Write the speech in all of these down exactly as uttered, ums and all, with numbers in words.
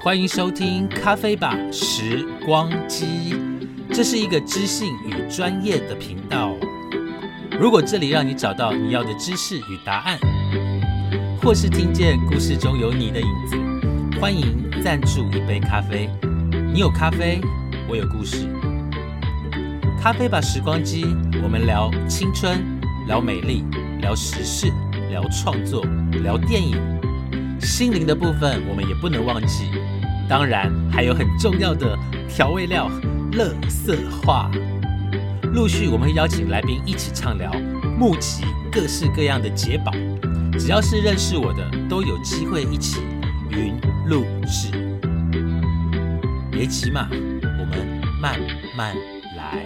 欢迎收听咖啡吧时光机，这是一个知性与专业的频道。如果这里让你找到你要的知识与答案，或是听见故事中有你的影子，欢迎赞助一杯咖啡。你有咖啡，我有故事。咖啡吧时光机，我们聊青春，聊美丽，聊时事，聊创作，聊电影。心灵的部分我们也不能忘记，当然还有很重要的调味料垃圾话。陆续我们会邀请来宾一起畅聊，募集各式各样的解宝，只要是认识我的都有机会一起云录制。别急嘛，我们慢慢来。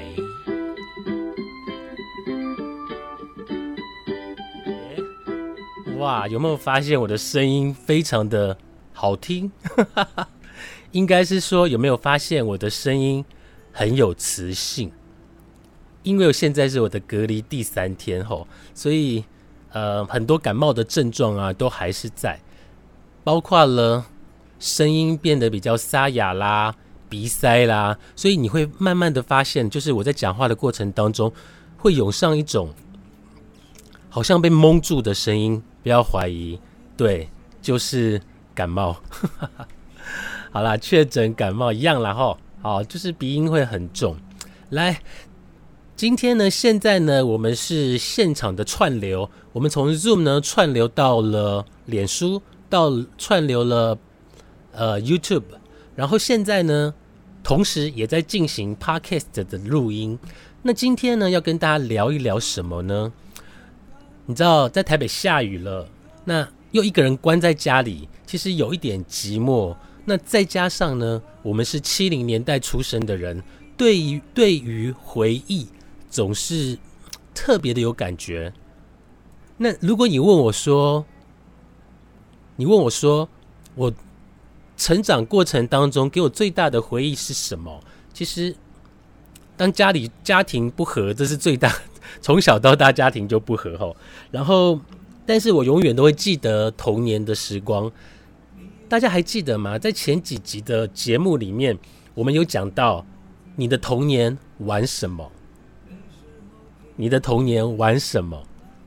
哇，有没有发现我的声音非常的好听？应该是说有没有发现我的声音很有磁性？因为现在是我的隔离第三天吼，所以呃很多感冒的症状啊都还是在，包括了声音变得比较沙哑啦、鼻塞啦，所以你会慢慢的发现，就是我在讲话的过程当中会涌上一种好像被蒙住的声音。不要怀疑，对，就是感冒。好啦，确诊感冒一样啦齁，好，就是鼻音会很重。来，今天呢，现在呢，我们是现场的串流，我们从 Zoom 呢串流到了脸书，到串流了呃 YouTube， 然后现在呢，同时也在进行 Podcast 的录音。那今天呢，要跟大家聊一聊什么呢？你知道在台北下雨了，那又一个人关在家里，其实有一点寂寞。那再加上呢，我们是七零年代出生的人，对于对于回忆总是特别的有感觉。那如果你问我说，你问我说，我成长过程当中给我最大的回忆是什么？其实，当家里家庭不和，这是最大的。从小到大家庭就不和吼，然后但是我永远都会记得童年的时光。大家还记得吗？在前几集的节目里面，我们有讲到你的童年玩什么？你的童年玩什么？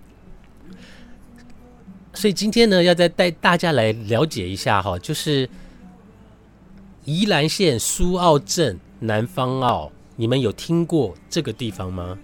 所以今天呢，要再带大家来了解一下哈，就是宜兰县苏澳镇南方澳，你们有听过这个地方吗？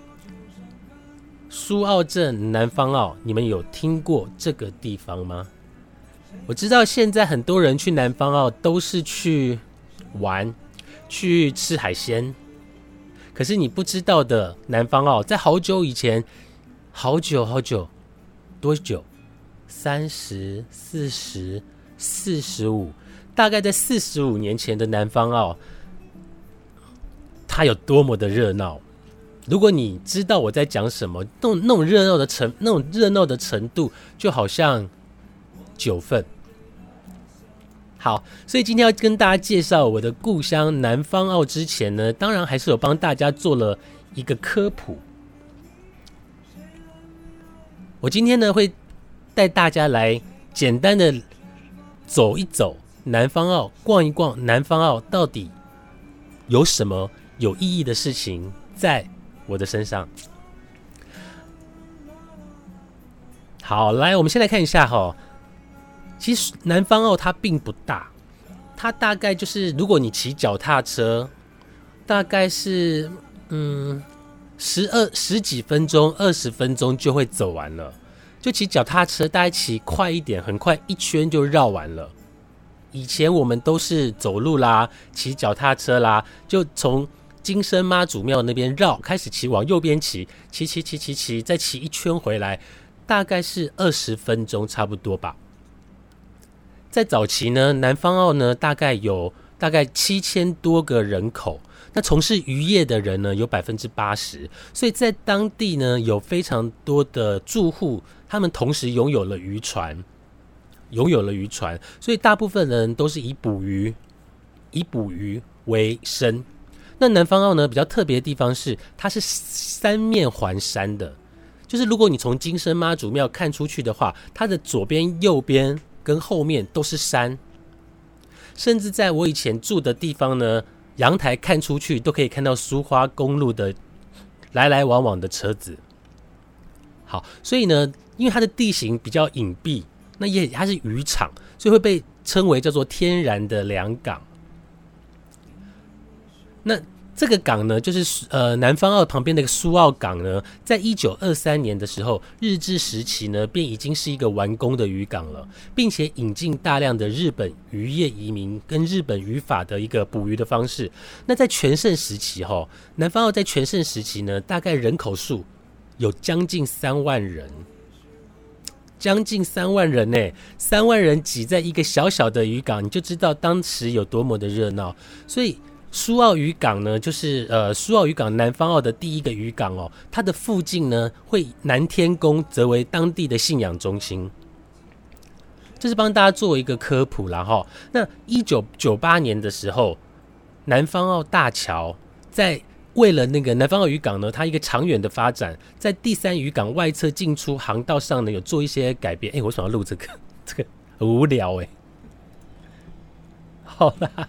苏澳镇南方澳，你们有听过这个地方吗？我知道现在很多人去南方澳都是去玩，去吃海鲜。可是你不知道的，南方澳在好久以前，好久好久，多久？三十、四十、四十五，大概在四十五年前的南方澳，它有多么的热闹。如果你知道我在讲什么，那种那种热闹的程那种热闹的程度，就好像九份。好，所以今天要跟大家介绍我的故乡南方澳之前呢，当然还是有帮大家做了一个科普。我今天呢会带大家来简单的走一走南方澳，逛一逛南方澳到底有什么有意义的事情在我的身上。好，来，我们先来看一下哈。其实南方澳它并不大，它大概就是如果你骑脚踏车，大概是嗯十二十几分钟、二十分钟就会走完了。就骑脚踏车，大概骑快一点，很快一圈就绕完了。以前我们都是走路啦，骑脚踏车啦，就从金身妈祖庙那边绕，开始骑，往右边骑，骑骑骑骑骑，再骑一圈回来，大概是二十分钟差不多吧。在早期呢，南方澳呢大概有大概七千多个人口，那从事渔业的人呢有百分之八十，所以在当地呢有非常多的住户，他们同时拥有了渔船，拥有了渔船，所以大部分人都是以捕鱼，以捕鱼为生。那南方澳呢比较特别的地方是，它是三面环山的，就是如果你从金身妈祖庙看出去的话，它的左边、右边跟后面都是山， 甚至在我以前住的地方呢，阳台看出去都可以看到苏花公路的来来往往的车子。好，所以呢，因为它的地形比较隐蔽，那也它是渔场，所以会被称为叫做天然的良港。那这个港呢，就是呃南方澳旁边的苏澳港呢，在一九二三年的时候，日治时期呢，便已经是一个完工的渔港了，并且引进大量的日本渔业移民跟日本渔法的一个捕鱼的方式。那在全盛时期哈，南方澳在全盛时期呢，大概人口数有将近三万人，将近三万人呢，三万人挤在一个小小的渔港，你就知道当时有多么的热闹。所以苏澳渔港呢，就是呃苏澳渔港南方澳的第一个渔港哦，它的附近呢会以南天宫则为当地的信仰中心。这是帮大家做一个科普啦哈。那一九九八年的时候，南方澳大桥在为了那个南方澳渔港呢，它一个长远的发展，在第三渔港外侧进出航道上呢有做一些改变。哎，我为什么要录这个？这个很无聊哎。好啦。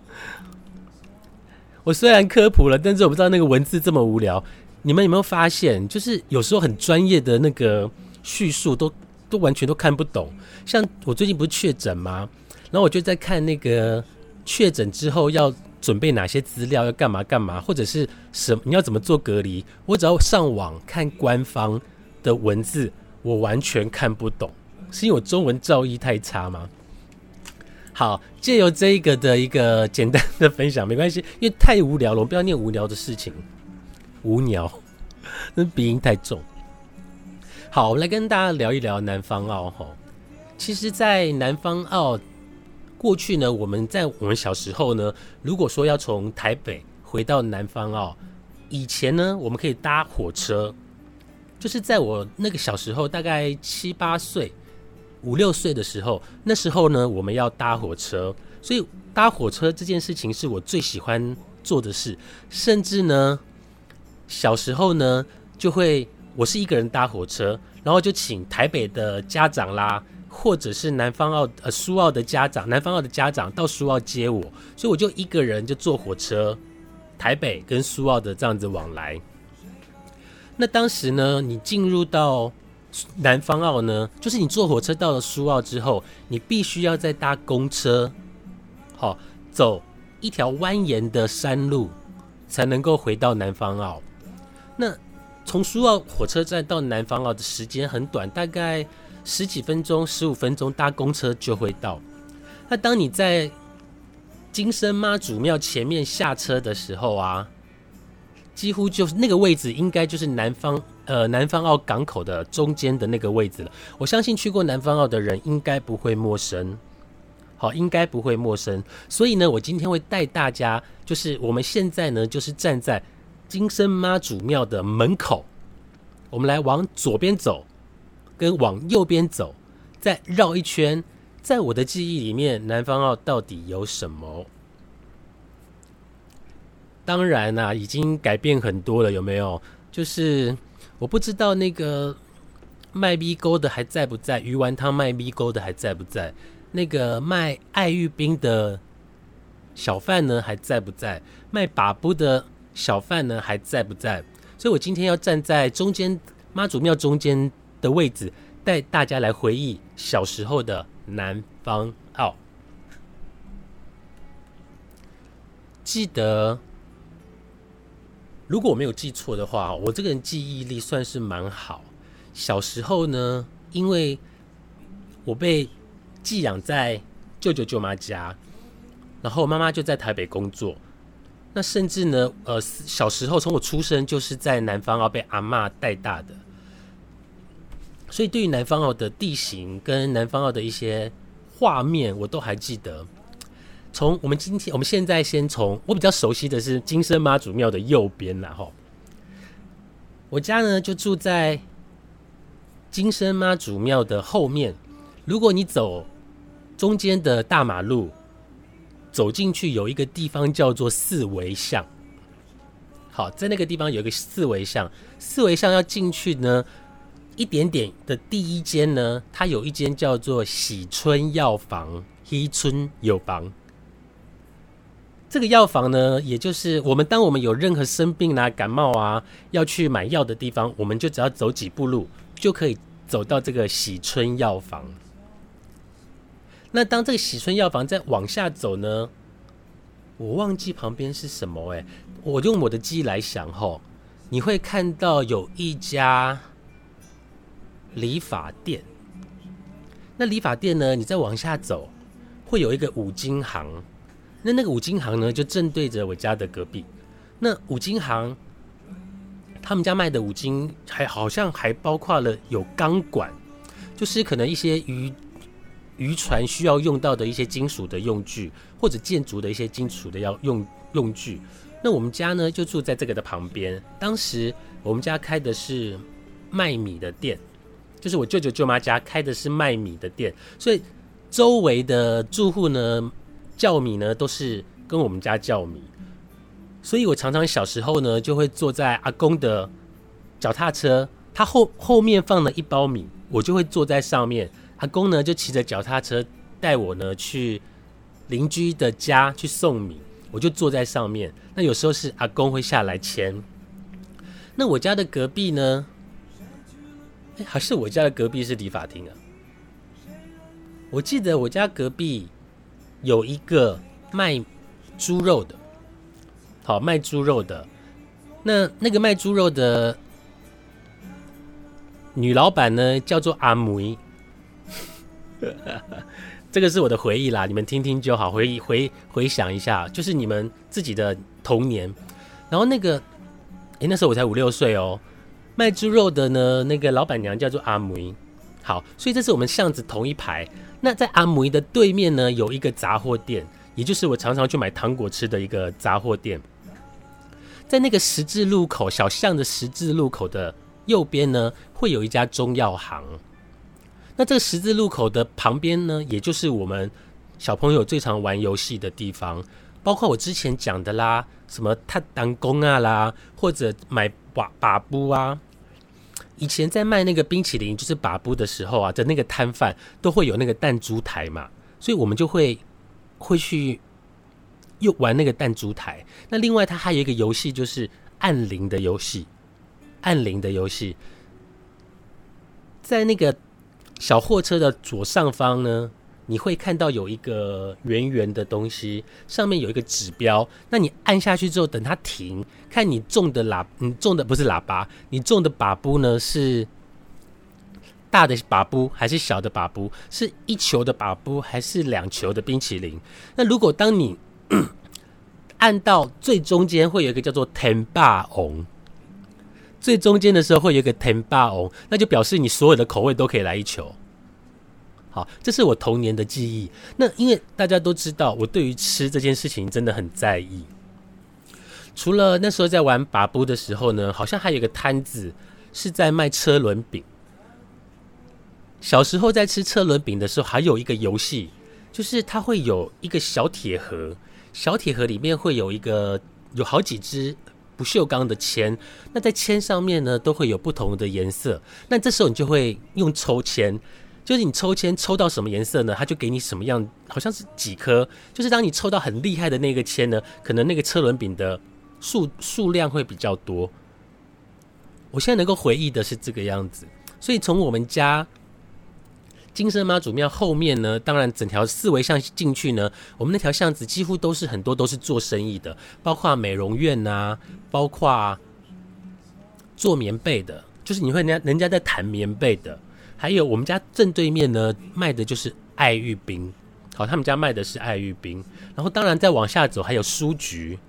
我虽然科普了，但是我不知道那个文字这么无聊。你们有没有发现，就是有时候很专业的那个叙述都都完全都看不懂。像我最近不是确诊吗？然后我就在看那个确诊之后要准备哪些资料，要干嘛干嘛，或者是什么你要怎么做隔离。我只要上网看官方的文字，我完全看不懂，是因为我中文造诣太差吗？好，借由这一个的一个简单的分享，没关系，因为太无聊了，我们不要念无聊的事情，无聊，那鼻音太重。好，我们来跟大家聊一聊南方澳哈。其实，在南方澳过去呢，我们在我们小时候呢，如果说要从台北回到南方澳，以前呢，我们可以搭火车，就是在我那个小时候，大概七八岁。五六岁的时候，那时候呢，我们要搭火车，所以搭火车这件事情是我最喜欢做的事。甚至呢，小时候呢，就会我是一个人搭火车，然后就请台北的家长啦，或者是南方澳呃苏澳的家长，南方澳的家长到苏澳接我，所以我就一个人就坐火车，台北跟苏澳的这样子往来。那当时呢，你进入到南方澳呢，就是你坐火车到了苏澳之后，你必须要再搭公车，好、哦、走一条蜿蜒的山路，才能够回到南方澳。那从苏澳火车站到南方澳的时间很短，大概十几分钟、十五分钟，搭公车就会到。那当你在金身妈祖庙前面下车的时候啊，几乎就是那个位置，应该就是南方呃南方澳港口的中间的那个位置了。我相信去过南方澳的人应该不会陌生，好，应该不会陌生。所以呢，我今天会带大家，就是我们现在呢，就是站在金身妈祖庙的门口，我们来往左边走，跟往右边走，再绕一圈。在我的记忆里面，南方澳到底有什么？当然啊，已经改变很多了，有没有？就是我不知道那个卖米糕的还在不在，鱼丸汤卖米糕的还在不在，那个卖爱玉冰的小贩呢还在不在，卖把布的小贩呢还在不在？所以我今天要站在中间妈祖庙中间的位置，带大家来回忆小时候的南方澳。记得如果我没有记错的话，我这个人记忆力算是蛮好。小时候呢，因为我被寄养在舅舅舅妈家，然后妈妈就在台北工作。那甚至呢，呃，小时候从我出生就是在南方澳被阿嬷带大的，所以对于南方澳的地形跟南方澳的一些画面，我都还记得。从我们今天，我们现在先从我比较熟悉的是金身妈祖庙的右边啦，吼。我家呢就住在金身妈祖庙的后面。如果你走中间的大马路，走进去有一个地方叫做四维巷。好，在那个地方有一个四维巷，四维巷要进去呢，一点点的第一间呢，它有一间叫做喜春药房，喜春药房。 这个药房呢，也就是我们当我们有任何生病啊、感冒啊，要去买药的地方，我们就只要走几步路，就可以走到这个喜春药房。那当这个喜春药房再往下走呢，我忘记旁边是什么哎、欸，我用我的记忆来想吼，你会看到有一家理发店。那理发店呢，你再往下走，会有一个五金行。那那个五金行呢，就正对着我家的隔壁。那五金行，他们家卖的五金还好像还包括了有钢管，就是可能一些渔渔船需要用到的一些金属的用具，或者建筑的一些金属的要用用具。那我们家呢，就住在这个的旁边。当时我们家开的是卖米的店，就是我舅舅舅妈家开的是卖米的店，所以周围的住户呢，叫米呢都是跟我们家叫米。所以我常常小时候呢，就会坐在阿公的脚踏车，他后后面放了一包米，我就会坐在上面。阿公呢就骑着脚踏车带我呢去邻居的家去送米，我就坐在上面。那有时候是阿公会下来牵。那我家的隔壁呢，欸、还是我家的隔壁是理发厅啊？我记得我家隔壁有一个卖猪肉的，好，卖猪肉的。那那个卖猪肉的女老板呢，叫做阿梅。这个是我的回忆啦，你们听听就好，回回回想一下，就是你们自己的童年。然后那个，哎，那时候我才五六岁哦。卖猪肉的呢，那个老板娘叫做阿梅。好，所以这是我们巷子同一排。那在阿梅的对面呢，有一个杂货店，也就是我常常去买糖果吃的一个杂货店。在那个十字路口，小巷的十字路口的右边呢，会有一家中药行。那这个十字路口的旁边呢，也就是我们小朋友最常玩游戏的地方，包括我之前讲的啦，什么踏弹弓啊啦，或者买把把布啊。以前在卖那个冰淇淋，就是把布的时候啊，的那个摊贩都会有那个弹珠台嘛，所以我们就会会去又玩那个弹珠台。那另外它还有一个游戏，就是按铃的游戏，按铃的游戏，在那个小货车的左上方呢，你会看到有一个圆圆的东西，上面有一个指标。那你按下去之后，等它停，看你中的喇，你中的不是喇叭，你中的把布呢是大的把布还是小的把布？是一球的把布还是两球的冰淇淋？那如果当你按到最中间，会有一个叫做天霸翁。最中间的时候会有一个天霸翁，那就表示你所有的口味都可以来一球。好，这是我童年的记忆。那因为大家都知道，我对于吃这件事情真的很在意。除了那时候在玩把布的时候呢，好像还有一个摊子是在卖车轮饼。小时候在吃车轮饼的时候，还有一个游戏，就是它会有一个小铁盒，小铁盒里面会有一个有好几只不锈钢的签，那在签上面呢都会有不同的颜色。那这时候你就会用抽签，就是你抽签抽到什么颜色呢，它就给你什么样，好像是几颗。就是当你抽到很厉害的那个签呢，可能那个车轮饼的数数量会比较多。我现在能够回忆的是这个样子。所以从我们家金身妈祖庙后面呢，当然整条四维巷进去呢，我们那条巷子几乎都是很多都是做生意的，包括美容院啊，包括做棉被的，就是你会人家人家在弹棉被的，还有我们家正对面呢卖的就是爱玉冰，好，他们家卖的是爱玉冰，然后当然再往下走还有书局，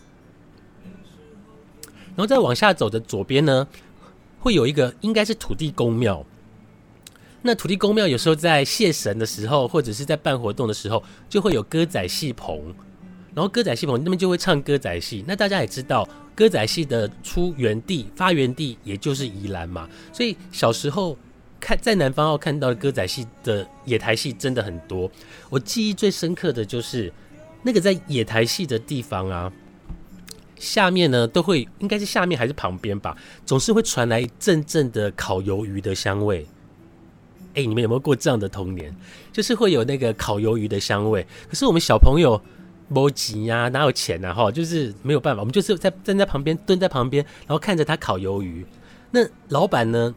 然后再往下走的左边呢，会有一个应该是土地公庙。那土地公庙有时候在谢神的时候，或者是在办活动的时候，就会有歌仔戏棚，然后歌仔戏棚那边就会唱歌仔戏。那大家也知道，歌仔戏的出源地、发源地也就是宜兰嘛，所以小时候看在南方澳看到的歌仔戏的野台戏真的很多。我记忆最深刻的就是那个在野台戏的地方啊，下面呢都会，应该是下面还是旁边吧，总是会传来阵阵的烤鱿鱼的香味。哎、欸，你们有没有过这样的童年？就是会有那个烤鱿鱼的香味。可是我们小朋友没钱呀，哪有钱啊？哈，就是没有办法，我们就是在站在旁边，蹲在旁边，然后看着他烤鱿鱼。那老板呢？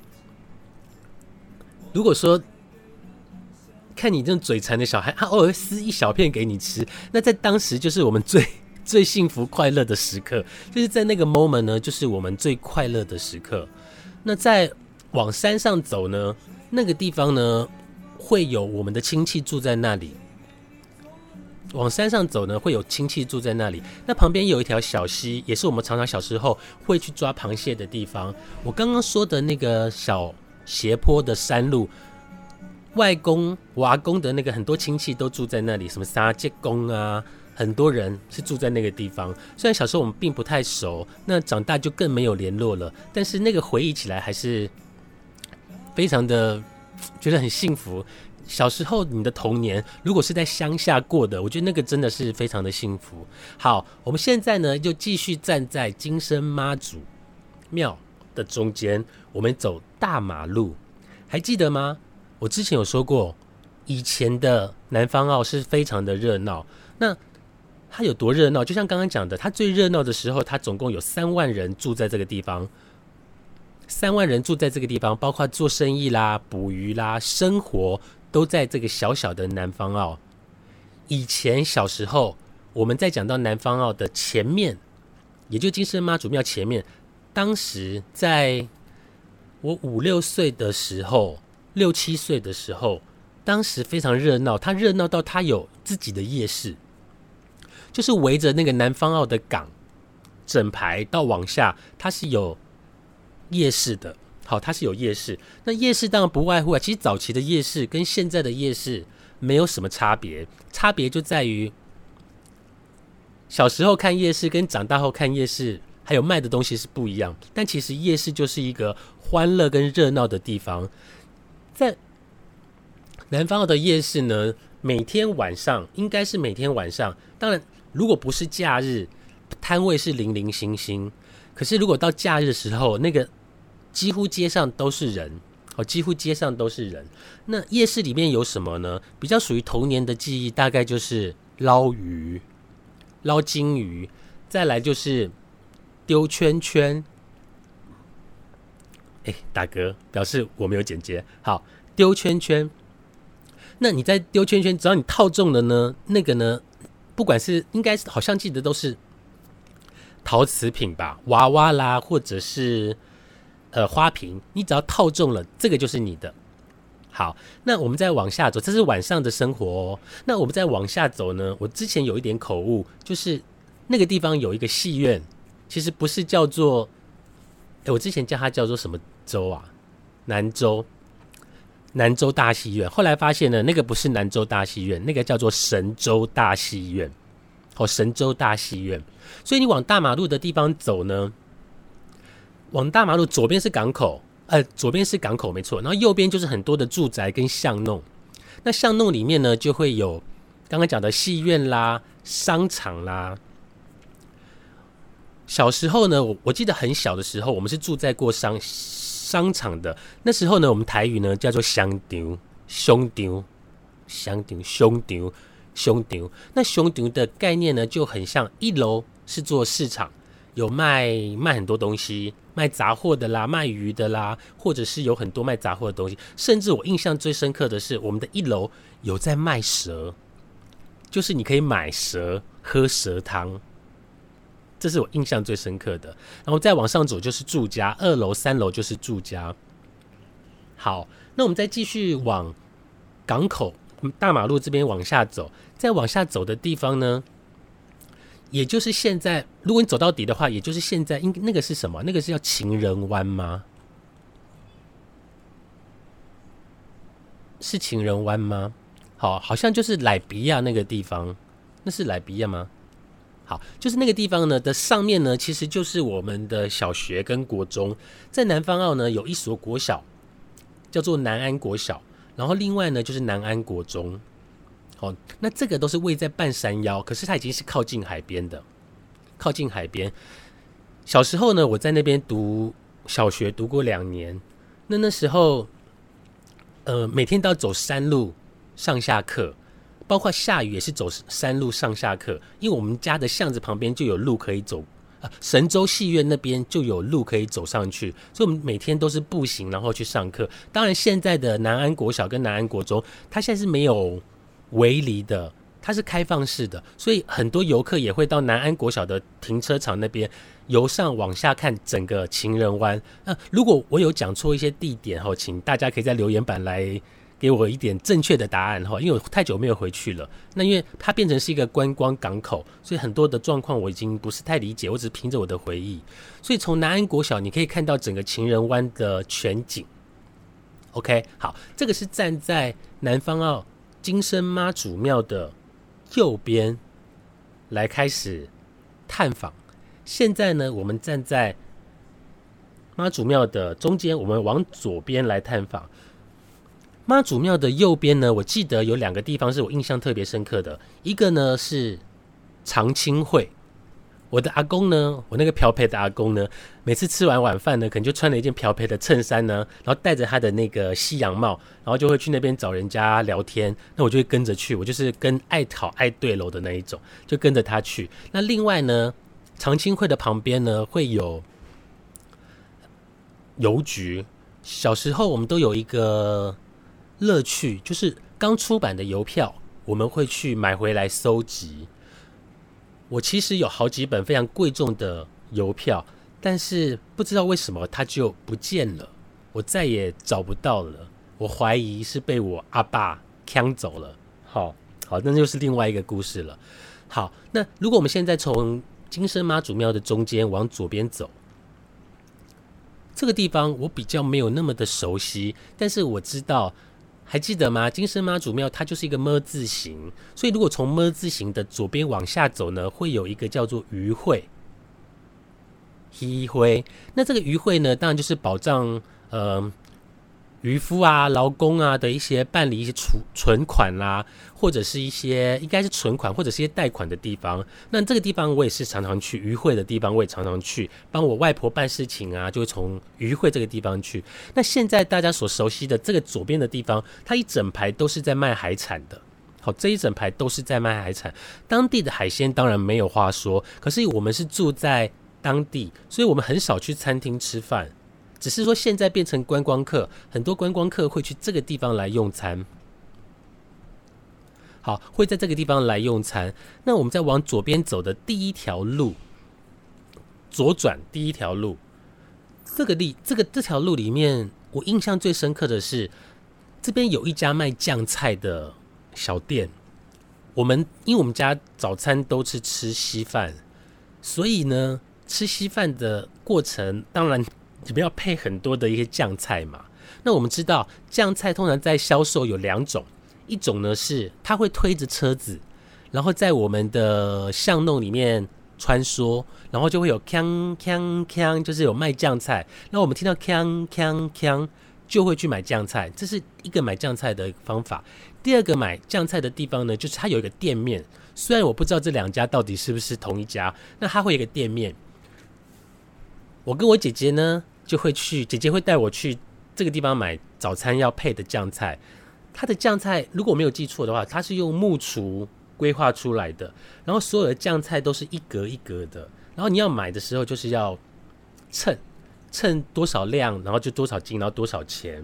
如果说看你这种嘴馋的小孩，他偶尔撕一小片给你吃，那在当时就是我们最最幸福快乐的时刻，就是在那个 moment 呢，就是我们最快乐的时刻。那在往山上走呢，那个地方呢，会有我们的亲戚住在那里。往山上走呢，会有亲戚住在那里。那旁边有一条小溪，也是我们常常小时候会去抓螃蟹的地方。我刚刚说的那个小斜坡的山路，外公、我阿公的那个很多亲戚都住在那里，什么三姐公啊，很多人是住在那个地方。虽然小时候我们并不太熟，那长大就更没有联络了，但是那个回忆起来还是非常的觉得很幸福。小时候你的童年如果是在乡下过的，我觉得那个真的是非常的幸福。好，我们现在呢就继续站在金身妈祖庙的中间，我们走大马路，还记得吗？我之前有说过，以前的南方澳是非常的热闹。那它有多热闹？就像刚刚讲的，它最热闹的时候，它总共有三万人住在这个地方。三万人住在这个地方，包括做生意啦、捕鱼啦、生活都在这个小小的南方澳。以前小时候，我们在讲到南方澳的前面，也就金身妈祖庙前面，当时在我五六岁的时候，六七岁的时候，当时非常热闹，它热闹到它有自己的夜市，就是围着那个南方澳的港，整排到往下，它是有夜市的。好，它是有夜市。那夜市当然不外乎啊，其实早期的夜市跟现在的夜市没有什么差别，差别就在于小时候看夜市跟长大后看夜市，还有卖的东西是不一样。但其实夜市就是一个欢乐跟热闹的地方。在南方澳的夜市呢，每天晚上应该是每天晚上，当然如果不是假日，摊位是零零星星。可是如果到假日的时候，那个几乎街上都是人，哦，几乎街上都是人。那夜市里面有什么呢？比较属于童年的记忆，大概就是捞鱼、捞金鱼，再来就是丢圈圈。哎，大哥表示我没有剪接。好，丢圈圈。那你在丢圈圈，只要你套中了呢，那个呢，不管是应该是好像记得都是陶瓷品吧，娃娃啦，或者是呃花瓶，你只要套中了，这个就是你的。好，那我们再往下走，这是晚上的生活哦。那我们再往下走呢，我之前有一点口误，就是那个地方有一个戏院，其实不是叫做，我之前叫它叫做什么州啊？南州，南州大戏院。后来发现呢，那个不是南州大戏院，那个叫做神州大戏院。哦，神州大戏院。所以你往大马路的地方走呢，往大马路左边是港口，呃，左边是港口没错，然后右边就是很多的住宅跟巷弄。那巷弄里面呢，就会有刚刚讲的戏院啦、商场啦。小时候呢，我我记得很小的时候，我们是住在过商商场的。那时候呢，我们台语呢叫做商场、商场、商场、商场、商场。那商场的概念呢，就很像一楼是做市场。有卖卖很多东西，卖杂货的啦，卖鱼的啦，或者是有很多卖杂货的东西。甚至我印象最深刻的是，我们的一楼有在卖蛇，就是你可以买蛇喝蛇汤，这是我印象最深刻的。然后再往上走就是住家，二楼、三楼就是住家。好，那我们再继续往港口大马路这边往下走，再往下走的地方呢？也就是现在，如果你走到底的话，也就是现在，应那个是什么？那个是叫情人湾吗？是情人湾吗？好，好像就是莱比亚那个地方，那是莱比亚吗？好，就是那个地方呢的上面呢，其实就是我们的小学跟国中。在南方澳呢，有一所国小叫做南安国小，然后另外呢就是南安国中。哦，那这个都是位在半山腰，可是它已经是靠近海边的，靠近海边。小时候呢，我在那边读小学，读过两年。那那时候，呃，每天都要走山路上下课， 包括下雨也是走山路上下课，因为我们家的巷子旁边就有路可以走。呃、神州戏院那边就有路可以走上去，所以我们每天都是步行然后去上课。当然现在的南安国小跟南安国中它现在是没有围篱的，它是开放式的，所以很多游客也会到南安国小的停车场那边由上往下看整个情人湾。那如果我有讲错一些地点，请大家可以在留言板来给我一点正确的答案，因为我太久没有回去了。那因为它变成是一个观光港口，所以很多的状况我已经不是太理解，我只是凭着我的回忆。所以从南安国小你可以看到整个情人湾的全景。 OK， 好，这个是站在南方澳金身妈祖庙的右边来开始探访。现在呢，我们站在妈祖庙的中间，我们往左边来探访。妈祖庙的右边呢，我记得有两个地方是我印象特别深刻的，一个呢是长青会。我的阿公呢，我那个漂培的阿公呢，每次吃完晚饭呢，可能就穿了一件漂培的衬衫呢，然后戴着他的那个西洋帽，然后就会去那边找人家聊天。那我就会跟着去，我就是跟爱讨爱对楼的那一种，就跟着他去。那另外呢，长青会的旁边呢会有邮局，小时候我们都有一个乐趣，就是刚出版的邮票我们会去买回来收集。我其实有好几本非常贵重的邮票，但是不知道为什么它就不见了，我再也找不到了。我怀疑是被我阿爸抢走了。好好，那就是另外一个故事了。好，那如果我们现在从金身妈祖庙的中间往左边走，这个地方我比较没有那么的熟悉，但是我知道，还记得吗？金身妈祖庙它就是一个么字形，所以如果从么字形的左边往下走呢，会有一个叫做渔会。渔会，那这个渔会呢，当然就是保障呃渔夫啊、劳工啊的一些办理一些存款啦、啊，或者是一些应该是存款或者是一些贷款的地方。那这个地方我也是常常去，渔会的地方我也常常去，帮我外婆办事情啊，就会从渔会这个地方去。那现在大家所熟悉的这个左边的地方，它一整排都是在卖海产的。好，这一整排都是在卖海产，当地的海鲜当然没有话说，可是我们是住在当地，所以我们很少去餐厅吃饭。只是说现在变成观光客，很多观光客会去这个地方来用餐。好，会在这个地方来用餐。那我们再往左边走的第一条路，左转第一条路，这个地这个这条路里面，我印象最深刻的是，这边有一家卖酱菜的小店。我们因为我们家早餐都是吃稀饭，所以呢，吃稀饭的过程当然你们要配很多的一些酱菜嘛。那我们知道酱菜通常在销售有两种，一种呢是他会推着车子，然后在我们的巷弄里面穿梭，然后就会有锵锵锵，就是有卖酱菜。那我们听到锵锵锵就会去买酱菜，这是一个买酱菜的方法。第二个买酱菜的地方呢，就是它有一个店面，虽然我不知道这两家到底是不是同一家，那它会有一个店面。我跟我姐姐呢就会去，姐姐会带我去这个地方买早餐要配的酱菜。它的酱菜如果我没有记错的话，它是用木厨规划出来的，然后所有的酱菜都是一格一格的，然后你要买的时候就是要称称多少量，然后就多少斤，然后多少钱。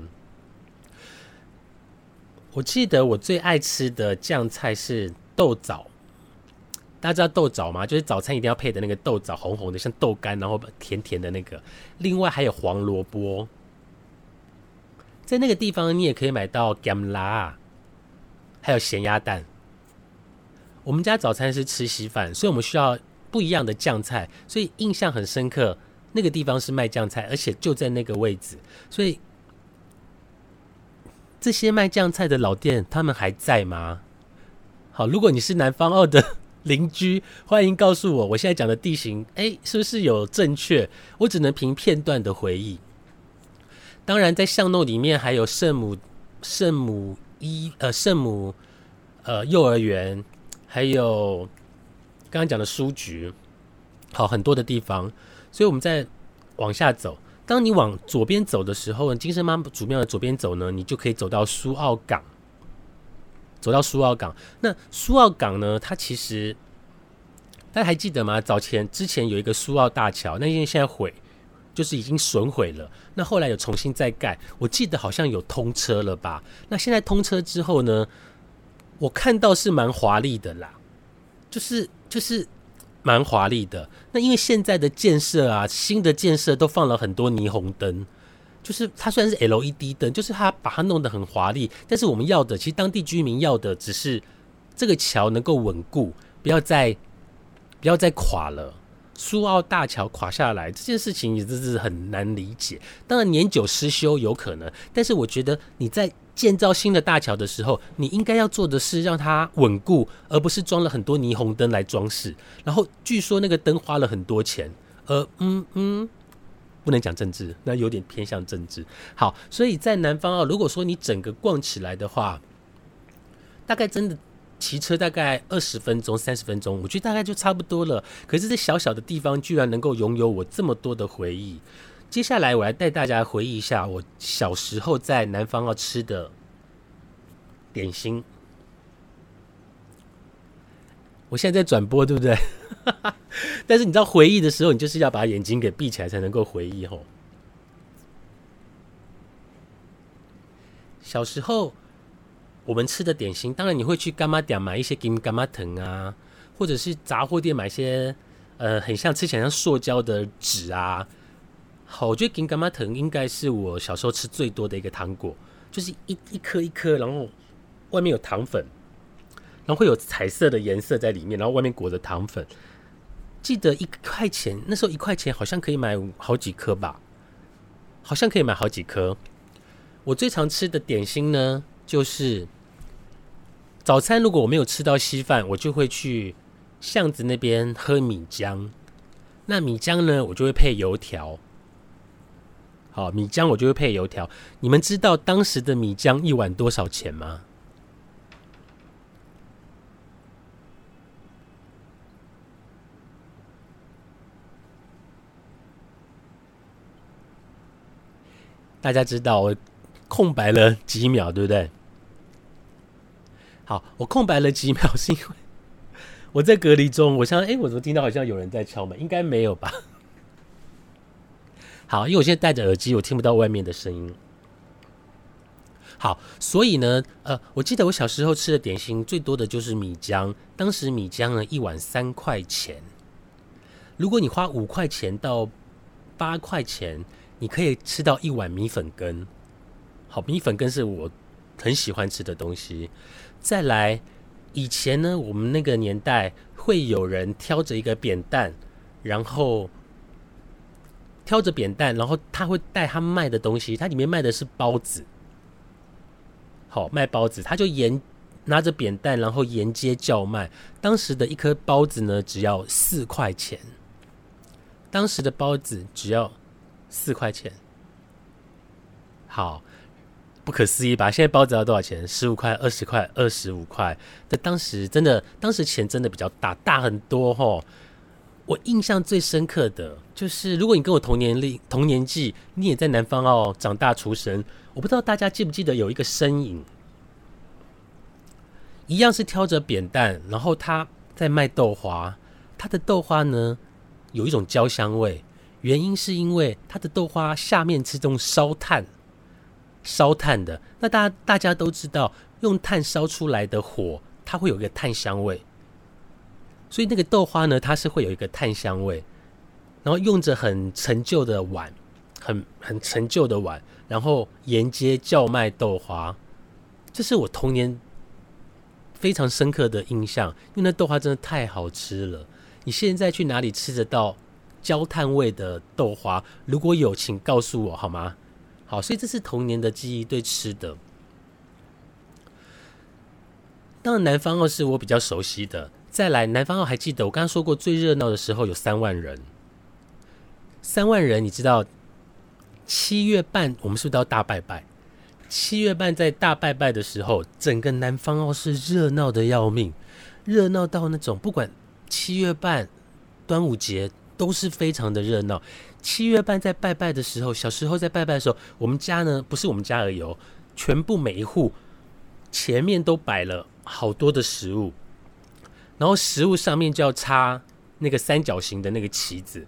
我记得我最爱吃的酱菜是豆枣，大家知道豆枣吗？就是早餐一定要配的那个豆枣，红红的像豆干，然后甜甜的那个。另外还有黄萝卜，在那个地方你也可以买到咸辣，还有咸鸭蛋。我们家早餐是吃稀饭，所以我们需要不一样的酱菜，所以印象很深刻。那个地方是卖酱菜，而且就在那个位置，所以这些卖酱菜的老店他们还在吗？好，如果你是南方澳的邻居，欢迎告诉我，我现在讲的地形，哎，是不是有正确？我只能凭片段的回忆。当然，在巷弄里面还有圣母圣母医呃圣母呃幼儿园，还有刚刚讲的书局，好，很多的地方。所以我们再往下走，当你往左边走的时候，金身妈祖庙的左边走呢，你就可以走到苏澳港。 走到苏澳港。那苏澳港呢，它其实大家还记得吗？早前之前有一个苏澳大桥，那因为现在毁，就是已经损毁了。那后来有重新再盖，我记得好像有通车了吧？那现在通车之后呢，我看到是蛮华丽的啦，就是就是蛮华丽的。那因为现在的建设啊，新的建设都放了很多霓虹灯。就是它虽然是 L E D 灯，就是它把它弄得很华丽，但是我们要的，其实当地居民要的只是这个桥能够稳固，不要再不要再垮了。苏澳大桥垮下来这件事情也真是很难理解。当然年久失修有可能，但是我觉得你在建造新的大桥的时候，你应该要做的是让它稳固，而不是装了很多霓虹灯来装饰。然后据说那个灯花了很多钱，呃嗯嗯。不能讲政治，那有点偏向政治。好，所以在南方澳，如果说你整个逛起来的话，大概真的骑车大概二十分钟、三十分钟，我觉得大概就差不多了。可是这小小的地方居然能够拥有我这么多的回忆。接下来我来带大家回忆一下我小时候在南方澳吃的点心。我现在在转播，对不对？但是你知道回忆的时候，你就是要把眼睛给闭起来才能够回忆吼。小时候我们吃的点心，当然你会去干妈店买一些金干妈藤啊，或者是杂货店买一些呃很像吃起来像塑胶的纸啊。好，我觉得金干妈藤应该是我小时候吃最多的一个糖果，就是一一颗一颗，然后外面有糖粉。然后会有彩色的颜色在里面，然后外面裹着糖粉。记得一块钱，那时候一块钱好像可以买好几颗吧，好像可以买好几颗。我最常吃的点心呢，就是早餐如果我没有吃到稀饭，我就会去巷子那边喝米浆。那米浆呢，我就会配油条。好，米浆我就会配油条。你们知道当时的米浆一碗多少钱吗？大家知道我空白了几秒，对不对？好，我空白了几秒是因为我在隔离中，我想，哎，我怎么听到好像有人在敲门？应该没有吧？好，因为我现在戴着耳机，我听不到外面的声音。好，所以呢，呃，我记得我小时候吃的点心最多的就是米浆，当时米浆呢一碗三块钱，如果你花五块钱到八块钱。你可以吃到一碗米粉羹，好，米粉羹是我很喜欢吃的东西。再来，以前呢，我们那个年代会有人挑着一个扁担，然后挑着扁担，然后他会带他卖的东西，他里面卖的是包子，好，卖包子，他就沿拿着扁担，然后沿街叫卖。当时的一颗包子呢，只要四块钱，当时的包子只要四块钱，好，不可思议吧？现在包子要多少钱？十五块、二十块、二十五块。在当时真的，当时钱真的比较大，大很多吼。我印象最深刻的就是，如果你跟我同年龄、同年纪，你也在南方澳长大出生，我不知道大家记不记得有一个身影，一样是挑着扁担，然后他在卖豆花。他的豆花呢，有一种焦香味。原因是因为它的豆花下面是用烧炭烧炭的，那大家大家都知道，用炭烧出来的火，它会有一个炭香味，所以那个豆花呢，它是会有一个炭香味，然后用着很陈旧的碗，很很陈旧的碗，然后沿街叫卖豆花，这是我童年非常深刻的印象，因为那豆花真的太好吃了。你现在去哪里吃得到焦炭味的豆花？如果有，请告诉我好吗？好，所以这是童年的记忆，对吃的。当然，南方澳是我比较熟悉的。再来，南方澳还记得我刚刚说过，最热闹的时候有三万人。三万人，你知道，七月半我们是不是都要大拜拜？七月半在大拜拜的时候，整个南方澳是热闹的要命，热闹到那种不管七月半、端午节都是非常的热闹。七月半在拜拜的时候，小时候在拜拜的时候，我们家呢不是我们家而已哦，全部每一户前面都摆了好多的食物，然后食物上面就要插那个三角形的那个旗子，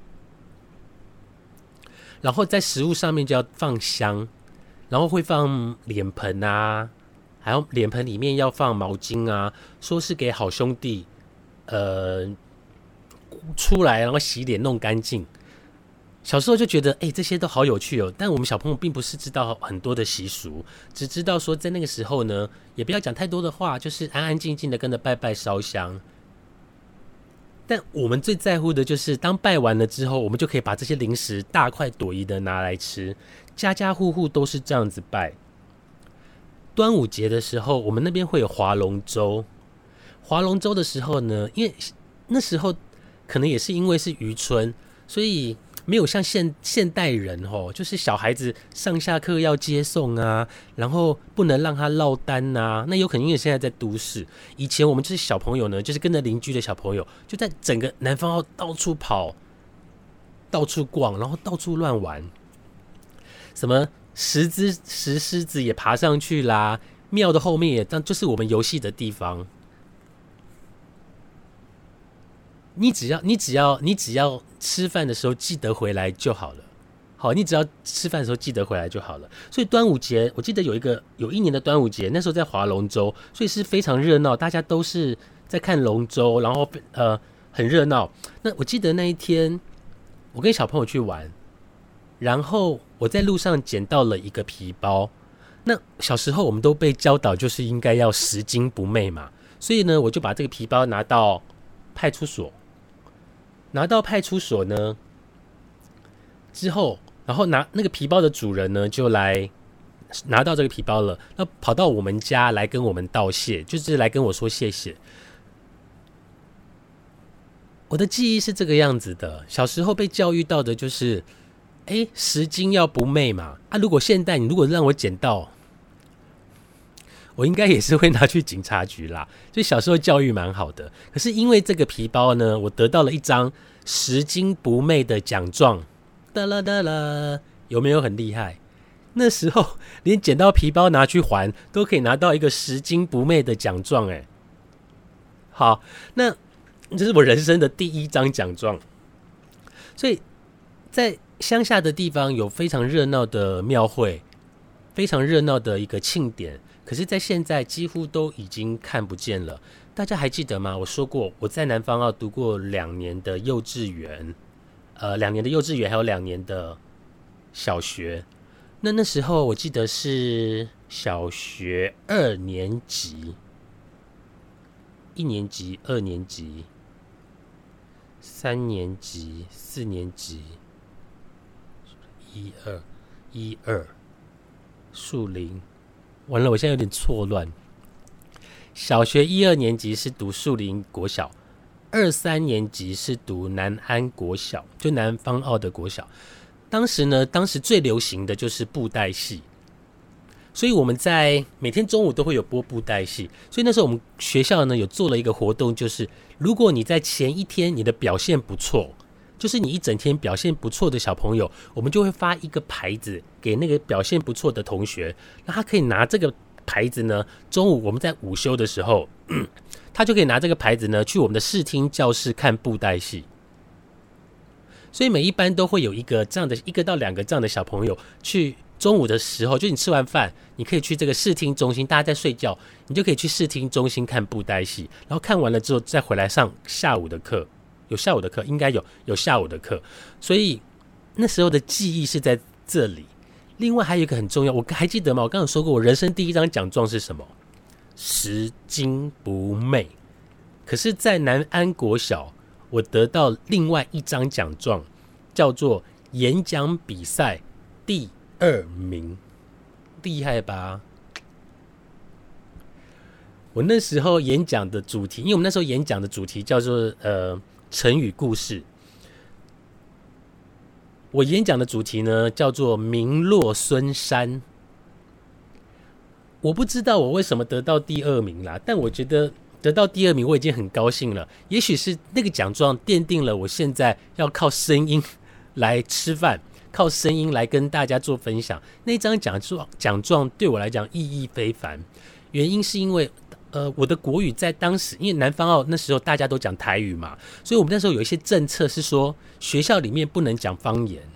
然后在食物上面就要放香，然后会放脸盆啊，还有脸盆里面要放毛巾啊，说是给好兄弟呃出来然后洗脸弄干净。小时候就觉得，哎、欸，这些都好有趣哦。但我们小朋友并不是知道很多的习俗，只知道说在那个时候呢，也不要讲太多的话，就是安安静静的跟着拜拜烧香。但我们最在乎的就是，当拜完了之后，我们就可以把这些零食大快朵颐的拿来吃。家家户户都是这样子拜。端午节的时候，我们那边会有划龙舟。划龙舟的时候呢，因为那时候可能也是因为是渔村，所以没有像现现代人哦，就是小孩子上下课要接送啊，然后不能让他落单啊。那有可能因为现在在都市，以前我们就是小朋友呢，就是跟着邻居的小朋友，就在整个南方澳到处跑，到处逛，然后到处乱玩。什么石子石狮子也爬上去啦，庙的后面也当就是我们游戏的地方。你只要你只要你只要吃饭的时候记得回来就好了。好，你只要吃饭的时候记得回来就好了。所以端午节，我记得有一个有一年的端午节，那时候在划龙舟，所以是非常热闹，大家都是在看龙舟，然后呃很热闹。那我记得那一天，我跟小朋友去玩，然后我在路上捡到了一个皮包。那小时候我们都被教导就是应该要拾金不昧嘛，所以呢，我就把这个皮包拿到派出所。拿到派出所呢之后，然后拿那个皮包的主人呢就来拿到这个皮包了，那跑到我们家来跟我们道谢，就是来跟我说谢谢。我的记忆是这个样子的，小时候被教育到的就是，哎，拾金要不昧嘛。啊，如果现代你如果让我捡到，我应该也是会拿去警察局啦。就小时候教育蛮好的，可是因为这个皮包呢，我得到了一张拾金不昧的奖状。哒啦哒啦，有没有很厉害？那时候连捡到皮包拿去还，都可以拿到一个拾金不昧的奖状，哎，好，那这是我人生的第一张奖状。所以在乡下的地方有非常热闹的庙会，非常热闹的一个庆典。可是在现在几乎都已经看不见了。大家还记得吗？我说过我在南方澳读过两年的幼稚园，呃，两年的幼稚园还有两年的小学。那那时候我记得是小学二年级，一年级、二年级、三年级、四年级，一二一二，树林。完了，我现在有点错乱。小学一二年级是读树林国小，二三年级是读南安国小，就南方澳的国小。当时呢，当时最流行的就是布袋戏，所以我们在每天中午都会有播布袋戏。所以那时候我们学校呢有做了一个活动，就是如果你在前一天你的表现不错，就是你一整天表现不错的小朋友，我们就会发一个牌子给那个表现不错的同学，那他可以拿这个牌子呢，中午我们在午休的时候，嗯、他就可以拿这个牌子呢去我们的视听教室看布袋戏。所以每一班都会有一个这样的一个到两个这样的小朋友，去中午的时候，就你吃完饭，你可以去这个视听中心，大家在睡觉，你就可以去视听中心看布袋戏，然后看完了之后再回来上下午的课。有下午的课，应该有有下午的课，所以那时候的记忆是在这里。另外还有一个很重要，我还记得吗？我刚刚说过，我人生第一张奖状是什么？拾金不昧。可是，在南安国小，我得到另外一张奖状，叫做演讲比赛第二名，厉害吧？我那时候演讲的主题，因为我们那时候演讲的主题叫做呃。成语故事，我演讲的主题呢叫做名落孙山。我不知道我为什么得到第二名啦，但我觉得得到第二名我已经很高兴了。也许是那个奖状奠定了我现在要靠声音来吃饭，靠声音来跟大家做分享。那张奖状奖状对我来讲意义非凡，原因是因为呃，我的国语在当时，因为南方澳那时候大家都讲台语嘛，所以我们那时候有一些政策是说，学校里面不能讲方言。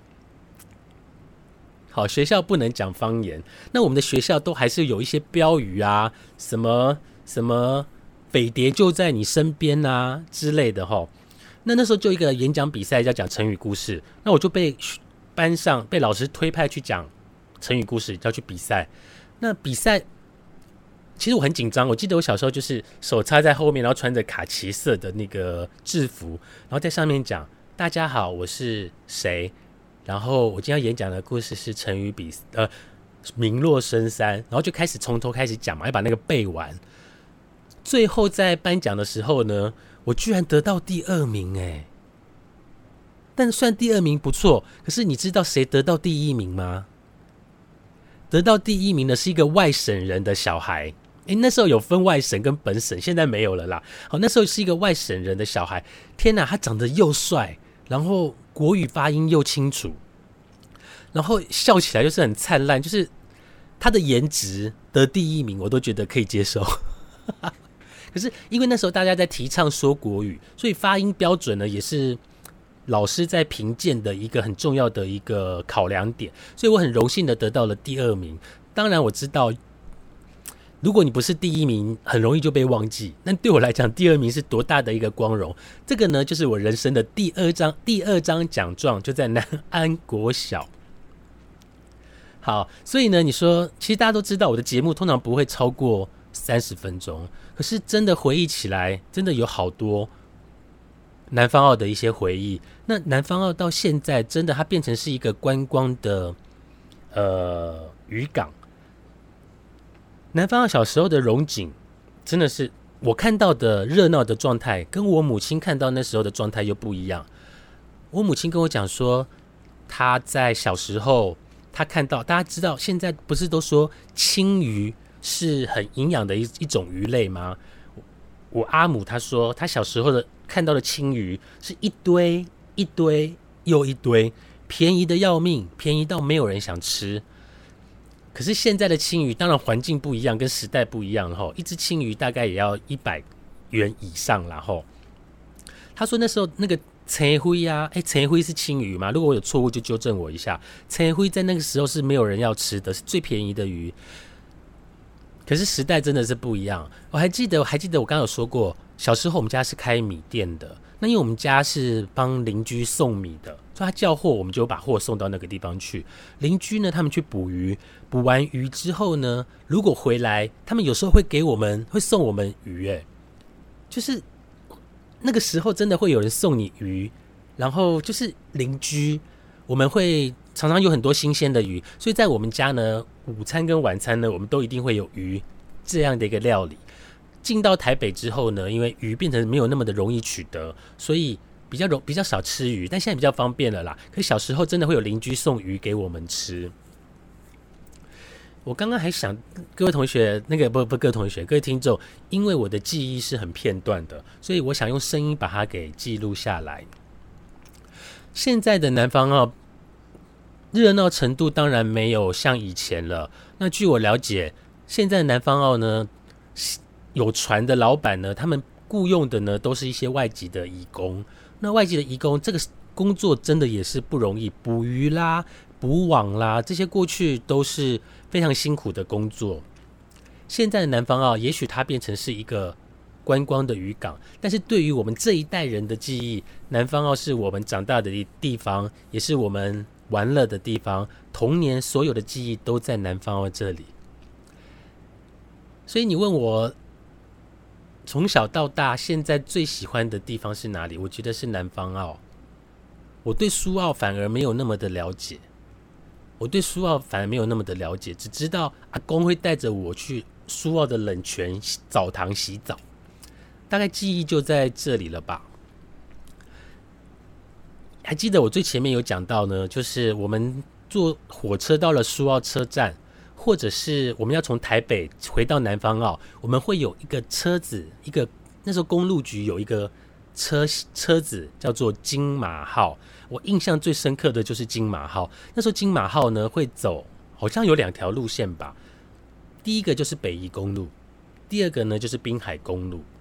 好，学校不能讲方言，那我们的学校都还是有一些标语啊，什么什么“匪谍就在你身边”啊之类的哈。那那时候就一个演讲比赛要讲成语故事，那我就被班上被老师推派去讲成语故事，要去比赛。那比赛其实我很紧张，我记得我小时候就是手插在后面，然后穿着卡其色的那个制服，然后在上面讲：“大家好，我是谁。”然后我今天要演讲的故事是成语比呃名落孙山，然后就开始从头开始讲嘛，要把那个背完。最后在颁奖的时候呢，我居然得到第二名哎！但算第二名不错，可是你知道谁得到第一名吗？得到第一名的是一个外省人的小孩。诶，那时候有分外省跟本省，现在没有了啦。好，那时候是一个外省人的小孩，天哪，他长得又帅，然后国语发音又清楚，然后笑起来就是很灿烂，就是他的颜值得第一名，我都觉得可以接受。可是因为那时候大家在提倡说国语，所以发音标准呢也是老师在评鉴的一个很重要的一个考量点，所以我很荣幸的得到了第二名。当然我知道，如果你不是第一名，很容易就被忘记。但对我来讲，第二名是多大的一个光荣！这个呢，就是我人生的第二张第二张奖状，就在南安国小。好，所以呢，你说，其实大家都知道，我的节目通常不会超过三十分钟，可是真的回忆起来，真的有好多南方澳的一些回忆。那南方澳到现在，真的它变成是一个观光的呃渔港。南方澳小时候的荣景，真的是我看到的热闹的状态，跟我母亲看到那时候的状态又不一样。我母亲跟我讲说，她在小时候，她看到大家知道，现在不是都说青鱼是很营养的一一种鱼类吗？我阿母她说，她小时候的看到的青鱼是一堆一堆又一堆，便宜的要命，便宜到没有人想吃。可是现在的青鱼，当然环境不一样，跟时代不一样吼，一只青鱼大概也要一百元以上啦吼。他说那时候那个青灰啊，哎，青灰是青鱼吗？如果我有错误就纠正我一下。青灰在那个时候是没有人要吃的，是最便宜的鱼。可是时代真的是不一样。我还记得，我还记得我刚刚有说过，小时候我们家是开米店的。那因为我们家是帮邻居送米的，所以他叫货，我们就把货送到那个地方去。邻居呢，他们去捕鱼，捕完鱼之后呢，如果回来，他们有时候会给我们，会送我们鱼，哎，就是那个时候真的会有人送你鱼，然后就是邻居，我们会常常有很多新鲜的鱼，所以在我们家呢，午餐跟晚餐呢，我们都一定会有鱼这样的一个料理。进到台北之后呢，因为鱼变成没有那么的容易取得，所以比较容比较少吃鱼，但现在比较方便了啦。可是小时候真的会有邻居送鱼给我们吃。我刚刚还想，各位同学，那个不不，各位同学，各位听众，因为我的记忆是很片段的，所以我想用声音把它给记录下来。现在的南方澳热闹程度当然没有像以前了。那据我了解，现在的南方澳呢，有船的老板呢，他们雇用的呢都是一些外籍的移工。那外籍的移工这个工作真的也是不容易，捕鱼啦、捕网啦，这些过去都是非常辛苦的工作。现在的南方澳，也许它变成是一个观光的渔港，但是对于我们这一代人的记忆，南方澳是我们长大的地方，也是我们玩乐的地方，童年所有的记忆都在南方澳这里。所以你问我从小到大现在最喜欢的地方是哪里？我觉得是南方澳。我对苏澳反而没有那么的了解，我对苏澳反而没有那么的了解，只知道阿公会带着我去苏澳的冷泉澡堂洗澡，大概记忆就在这里了吧。还记得我最前面有讲到呢，就是我们坐火车到了苏澳车站，或者是我们要从台北回到南方澳，我们会有一个车子，一个那时候公路局有一个车车子叫做金马号。我印象最深刻的就是金马号。那时候金马号呢会走，好像有两条路线吧。第一个就是北宜公路， 第二个呢就是滨海公路。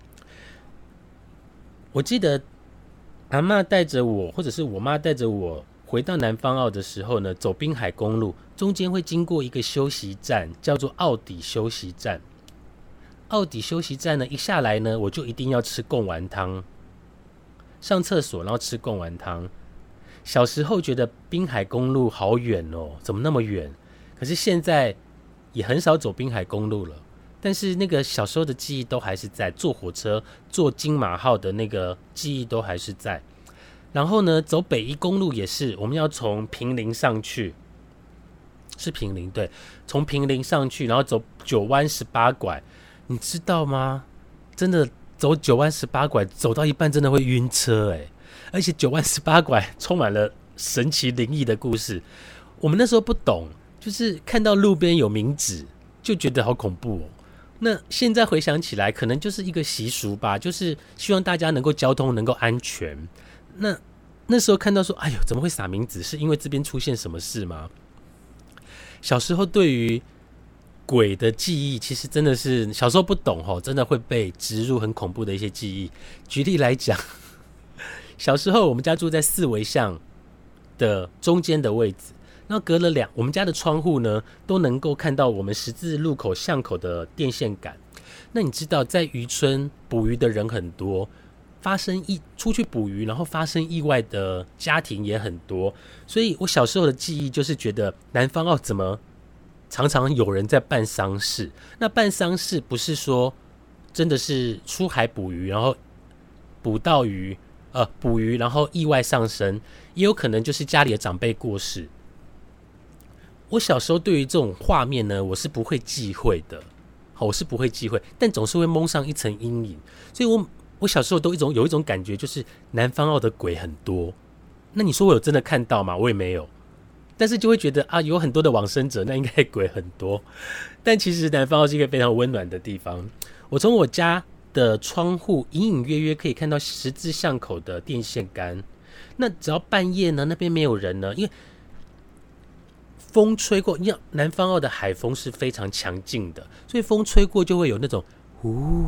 我记得阿嬷带着我，或者是我妈带着我回到南方澳的时候呢，走滨海公路，中间会经过一个休息站，叫做澳底休息站。澳底休息站呢，一下来呢，我就一定要吃贡丸汤，上厕所然后吃贡丸汤。小时候觉得滨海公路好远哦，怎么那么远？可是现在也很少走滨海公路了。但是那个小时候的记忆都还是在，坐火车坐金马号的那个记忆都还是在。然后呢，走北宜公路也是，我们要从坪林上去，是坪林对，从坪林上去，然后走九弯十八拐，你知道吗？真的走九弯十八拐，走到一半真的会晕车哎、欸！而且九弯十八拐充满了神奇灵异的故事。我们那时候不懂，就是看到路边有冥纸，就觉得好恐怖哦。那现在回想起来，可能就是一个习俗吧，就是希望大家能够交通能够安全。那那时候看到说，哎呦，怎么会撒冥纸？是因为这边出现什么事吗？小时候对于鬼的记忆，其实真的是小时候不懂哦，真的会被植入很恐怖的一些记忆。举例来讲，小时候我们家住在四维巷的中间的位置。那隔了两，我们家的窗户呢，都能够看到我们十字路口巷口的电线杆。那你知道，在渔村捕鱼的人很多，发生意出去捕鱼，然后发生意外的家庭也很多。所以我小时候的记忆就是觉得，南方澳怎么常常有人在办丧事？那办丧事不是说真的是出海捕鱼，然后捕到鱼，呃，捕鱼然后意外上身，也有可能就是家里的长辈过世。我小时候对于这种画面呢，我是不会忌讳的，我是不会忌讳，但总是会蒙上一层阴影。所以我我小时候都一种有一种感觉，就是南方澳的鬼很多。那你说我有真的看到吗？我也没有，但是就会觉得啊，有很多的往生者，那应该鬼很多。但其实南方澳是一个非常温暖的地方。我从我家的窗户隐隐约约可以看到十字巷口的电线杆。那只要半夜呢，那边没有人呢，因为风吹过，你看南方澳的海风是非常强劲的，所以风吹过就会有那种呼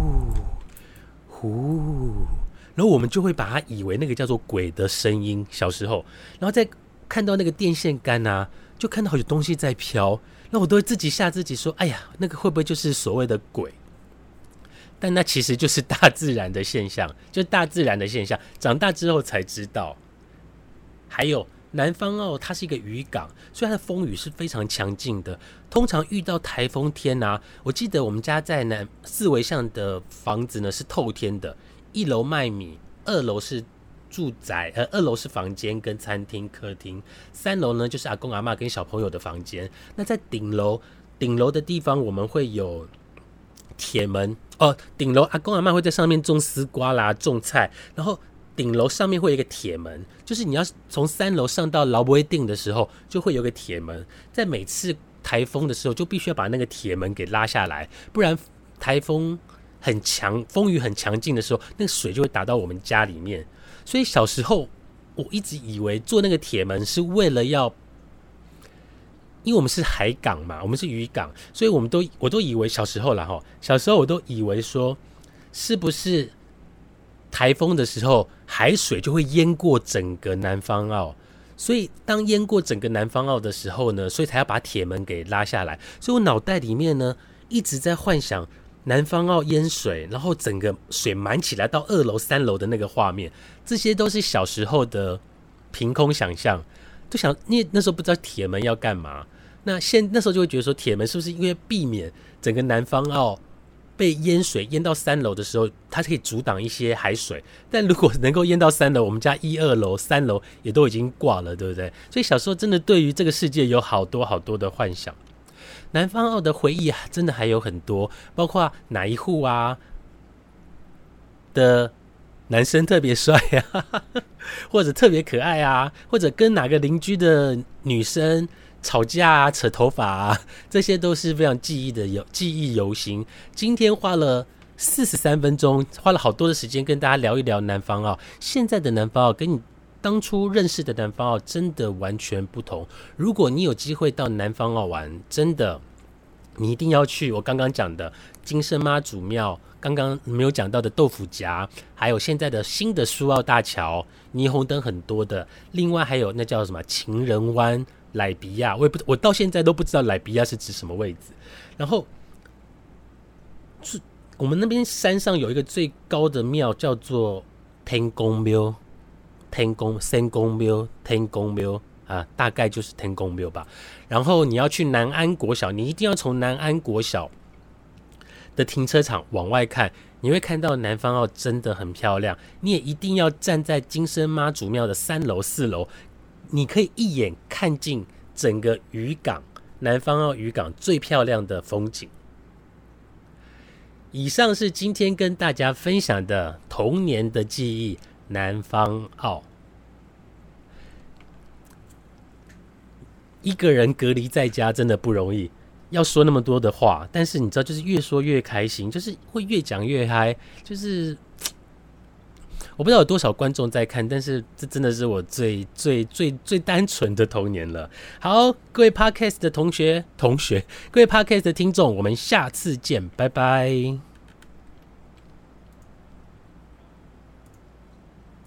呼，然后我们就会把它以为那个叫做鬼的声音。小时候，然后再看到那个电线杆啊，就看到有东西在飘，那我都会自己吓自己说：“哎呀，那个会不会就是所谓的鬼？”但那其实就是大自然的现象，就是大自然的现象。长大之后才知道，还有。南方澳它是一个渔港，所以它的风雨是非常强劲的。通常遇到台风天啊，我记得我们家在南四维巷的房子呢是透天的，一楼卖米，二楼是住宅，呃，二楼是房间跟餐厅、客厅，三楼呢就是阿公阿嬷跟小朋友的房间。那在顶楼，顶楼的地方我们会有铁门哦，顶楼阿公阿嬷会在上面种丝瓜啦、种菜，然后。顶楼上面会有一个铁门，就是你要从三楼上到劳威定的时候，就会有个铁门。在每次台风的时候，就必须要把那个铁门给拉下来，不然台风很强、风雨很强劲的时候，那个水就会打到我们家里面。所以小时候我一直以为做那个铁门是为了要，因为我们是海港嘛，我们是渔港，所以我们都我都以为小时候啦齁，小时候我都以为说，是不是？台风的时候，海水就会淹过整个南方澳，所以当淹过整个南方澳的时候呢，所以才要把铁门给拉下来。所以我脑袋里面呢一直在幻想南方澳淹水，然后整个水满起来到二楼、三楼的那个画面，这些都是小时候的凭空想象。就想，因为那时候不知道铁门要干嘛，那现那时候就会觉得说，铁门是不是因为避免整个南方澳被淹水淹到三楼的时候，它可以阻挡一些海水。但如果能够淹到三楼，我们家一二楼、三楼也都已经挂了，对不对？所以小时候真的对于这个世界有好多好多的幻想。南方澳的回忆啊，真的还有很多，包括哪一户啊的男生特别帅啊，或者特别可爱啊，或者跟哪个邻居的女生吵架啊、扯头发啊，这些都是非常记忆的有记忆犹新。今天花了四十三分钟，花了好多的时间跟大家聊一聊南方澳。现在的南方澳跟你当初认识的南方澳真的完全不同。如果你有机会到南方澳玩，真的你一定要去我刚刚讲的金圣妈祖庙，刚刚没有讲到的豆腐夹，还有现在的新的苏澳大桥，霓虹灯很多的，另外还有那叫什么情人湾、莱比亚，我也不，我到现在都不知道莱比亚是指什么位置。然后，我们那边山上有一个最高的庙叫做天公庙，天公三公庙，天公庙。啊，大概就是天公庙吧。然后你要去南安国小，你一定要从南安国小的停车场往外看，你会看到南方澳真的很漂亮。你也一定要站在金生妈祖庙的三楼、四楼，你可以一眼看尽整个渔港，南方澳渔港最漂亮的风景。以上是今天跟大家分享的童年的记忆，南方澳。一个人隔离在家真的不容易，要说那么多的话，但是你知道，就是越说越开心，就是会越讲越嗨。就是我不知道有多少观众在看，但是这真的是我最最最最单纯的童年了。好，各位 Podcast 的同学、同学，各位 Podcast 的听众，我们下次见，拜拜。